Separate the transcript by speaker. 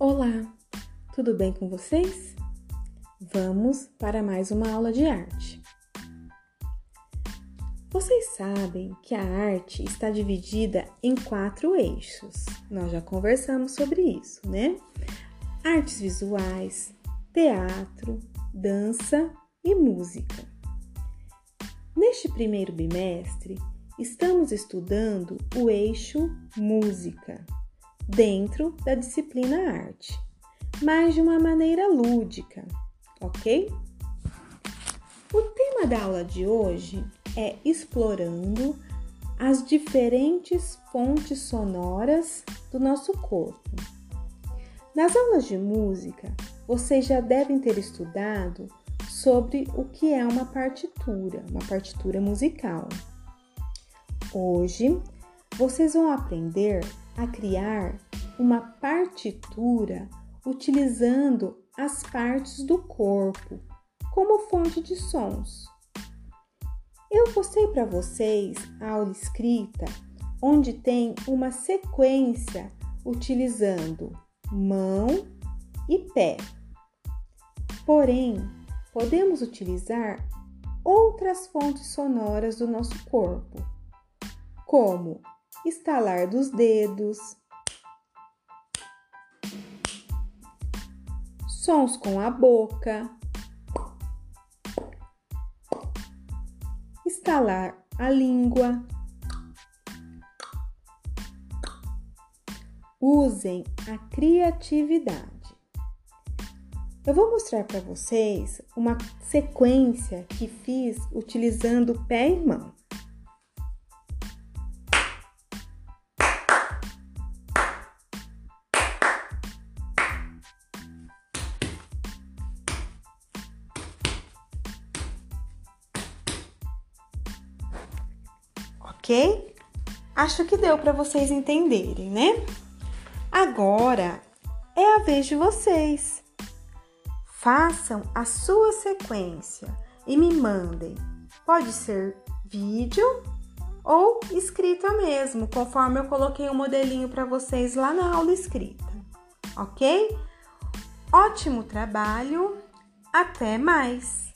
Speaker 1: Olá, tudo bem com vocês? Vamos para mais uma aula de arte. Vocês sabem que a arte está dividida em 4 eixos. Nós já conversamos sobre isso, né? Artes visuais, teatro, dança e música. Neste primeiro bimestre, estamos estudando o eixo música, dentro da disciplina arte, mas de uma maneira lúdica, ok? O tema da aula de hoje é explorando as diferentes fontes sonoras do nosso corpo. Nas aulas de música, vocês já devem ter estudado sobre o que é uma partitura musical. Hoje, vocês vão aprender a criar uma partitura utilizando as partes do corpo como fonte de sons. Eu postei para vocês a aula escrita, onde tem uma sequência utilizando mão e pé. Porém, podemos utilizar outras fontes sonoras do nosso corpo, como estalar dos dedos, sons com a boca, estalar a língua. Usem a criatividade. Eu vou mostrar para vocês uma sequência que fiz utilizando pé e mão. Ok? Acho que deu para vocês entenderem, né? Agora é a vez de vocês. Façam a sua sequência e me mandem. Pode ser vídeo ou escrita mesmo, conforme eu coloquei um modelinho para vocês lá na aula escrita. Ok? Ótimo trabalho! Até mais!